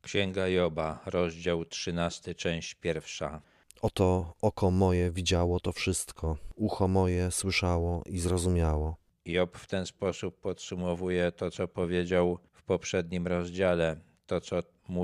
Księga Joba, rozdział 13, część 1. Oto oko moje widziało to wszystko, ucho moje słyszało i zrozumiało. Job w ten sposób podsumowuje to, co powiedział w poprzednim rozdziale. To, co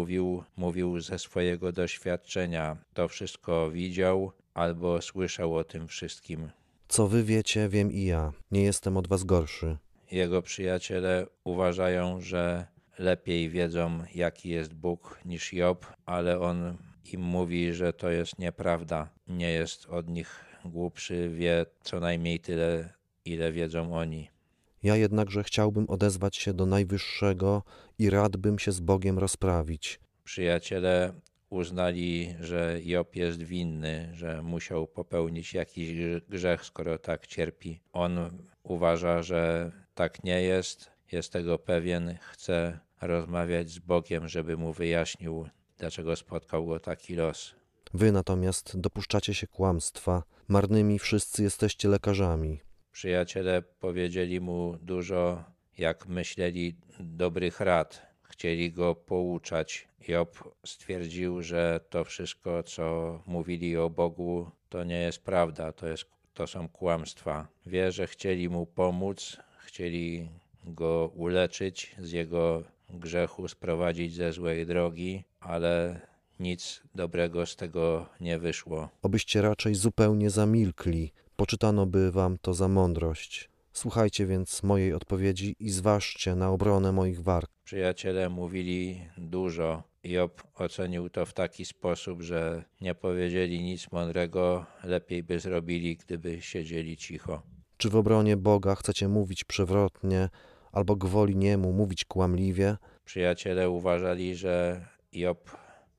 mówił ze swojego doświadczenia. To wszystko widział albo słyszał o tym wszystkim. Co wy wiecie, wiem i ja. Nie jestem od was gorszy. Jego przyjaciele uważają, że lepiej wiedzą, jaki jest Bóg niż Job, ale on im mówi, że to jest nieprawda. Nie jest od nich głupszy, wie co najmniej tyle, ile wiedzą oni. Ja jednakże chciałbym odezwać się do Najwyższego i radbym się z Bogiem rozprawić. Przyjaciele uznali, że Job jest winny, że musiał popełnić jakiś grzech, skoro tak cierpi. On uważa, że tak nie jest tego pewien, chce rozmawiać z Bogiem, żeby mu wyjaśnił, dlaczego spotkał go taki los. Wy natomiast dopuszczacie się kłamstwa, marnymi wszyscy jesteście lekarzami. Przyjaciele powiedzieli mu dużo, jak myśleli, dobrych rad. Chcieli go pouczać. Job stwierdził, że to wszystko, co mówili o Bogu, to nie jest prawda, to są kłamstwa. Wie, że chcieli mu pomóc, chcieli go uleczyć z jego grzechu, sprowadzić ze złej drogi, ale nic dobrego z tego nie wyszło. Obyście raczej zupełnie zamilkli, poczytano by wam to za mądrość. Słuchajcie więc mojej odpowiedzi i zważcie na obronę moich warg. Przyjaciele mówili dużo. Job ocenił to w taki sposób, że nie powiedzieli nic mądrego, lepiej by zrobili, gdyby siedzieli cicho. Czy w obronie Boga chcecie mówić przewrotnie, albo gwoli niemu mówić kłamliwie? Przyjaciele uważali, że Job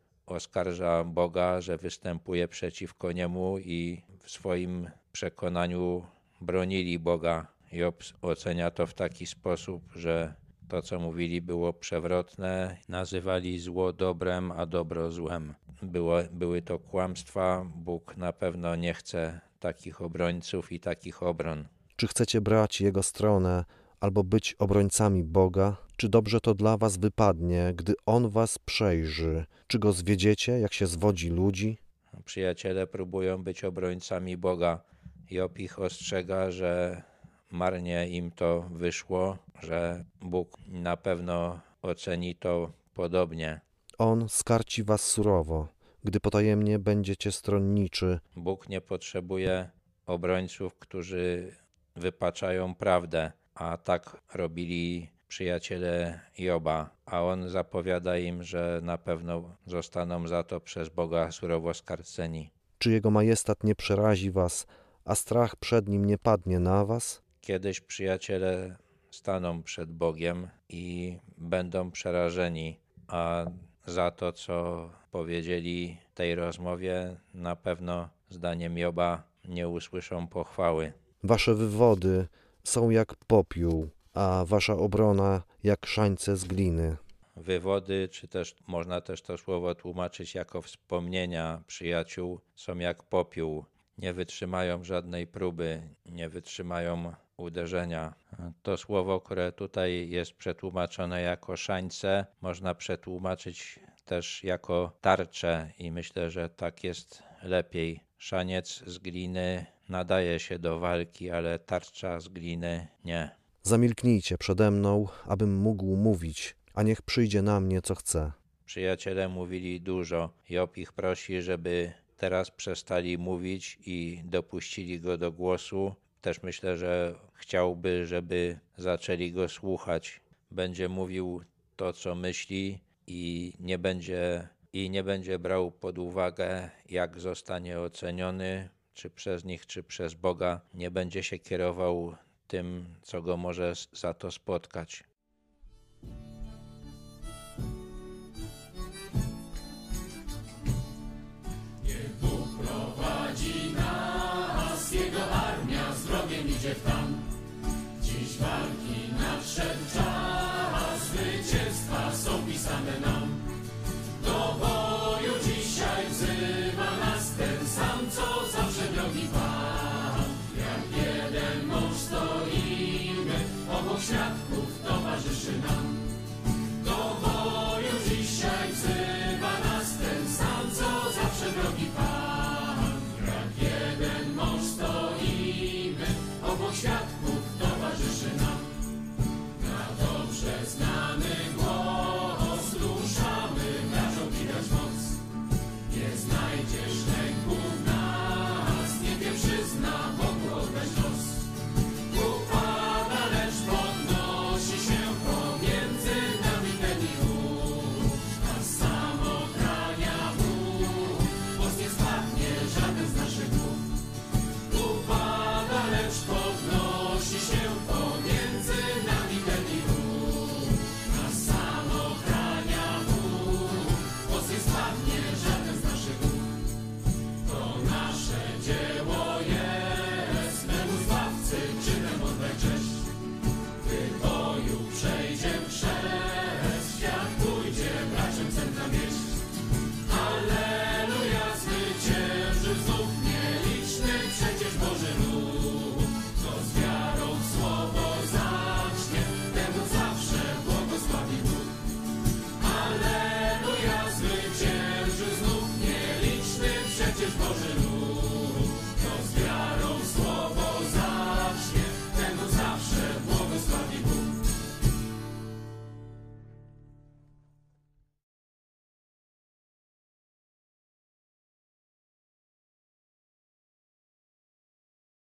oskarża Boga, że występuje przeciwko niemu i w swoim przekonaniu bronili Boga. Job ocenia to w taki sposób, że to, co mówili, było przewrotne. Nazywali zło dobrem, a dobro złem. Były to kłamstwa. Bóg na pewno nie chce takich obrońców i takich obron. Czy chcecie brać Jego stronę, albo być obrońcami Boga? Czy dobrze to dla was wypadnie, gdy On was przejrzy? Czy Go zwiedziecie, jak się zwodzi ludzi? Przyjaciele próbują być obrońcami Boga. Job ich ostrzega, że marnie im to wyszło, że Bóg na pewno oceni to podobnie. On skarci was surowo, gdy potajemnie będziecie stronniczy. Bóg nie potrzebuje obrońców, którzy wypaczają prawdę, a tak robili przyjaciele Joba, a on zapowiada im, że na pewno zostaną za to przez Boga surowo skarceni. Czy Jego majestat nie przerazi was, a strach przed Nim nie padnie na was? Kiedyś przyjaciele staną przed Bogiem i będą przerażeni, a za to, co powiedzieli w tej rozmowie, na pewno zdaniem Joba nie usłyszą pochwały. Wasze wywody są jak popiół, a wasza obrona jak szańce z gliny. Wywody, czy też można też to słowo tłumaczyć jako wspomnienia przyjaciół, są jak popiół. Nie wytrzymają żadnej próby, nie wytrzymają uderzenia. To słowo, które tutaj jest przetłumaczone jako szańce, można przetłumaczyć też jako tarczę i myślę, że tak jest lepiej. Szaniec z gliny nadaje się do walki, ale tarcza z gliny nie. Zamilknijcie przede mną, abym mógł mówić, a niech przyjdzie na mnie, co chce. Przyjaciele mówili dużo. Job ich prosi, żeby teraz przestali mówić i dopuścili go do głosu. Też myślę, że chciałby, żeby zaczęli go słuchać. Będzie mówił to, co myśli i nie będzie brał pod uwagę, jak zostanie oceniony, czy przez nich, czy przez Boga. Nie będzie się kierował tym, co go może za to spotkać. Idzie w tam, dziś walki nadszedł czas, zwycięstwa są pisane na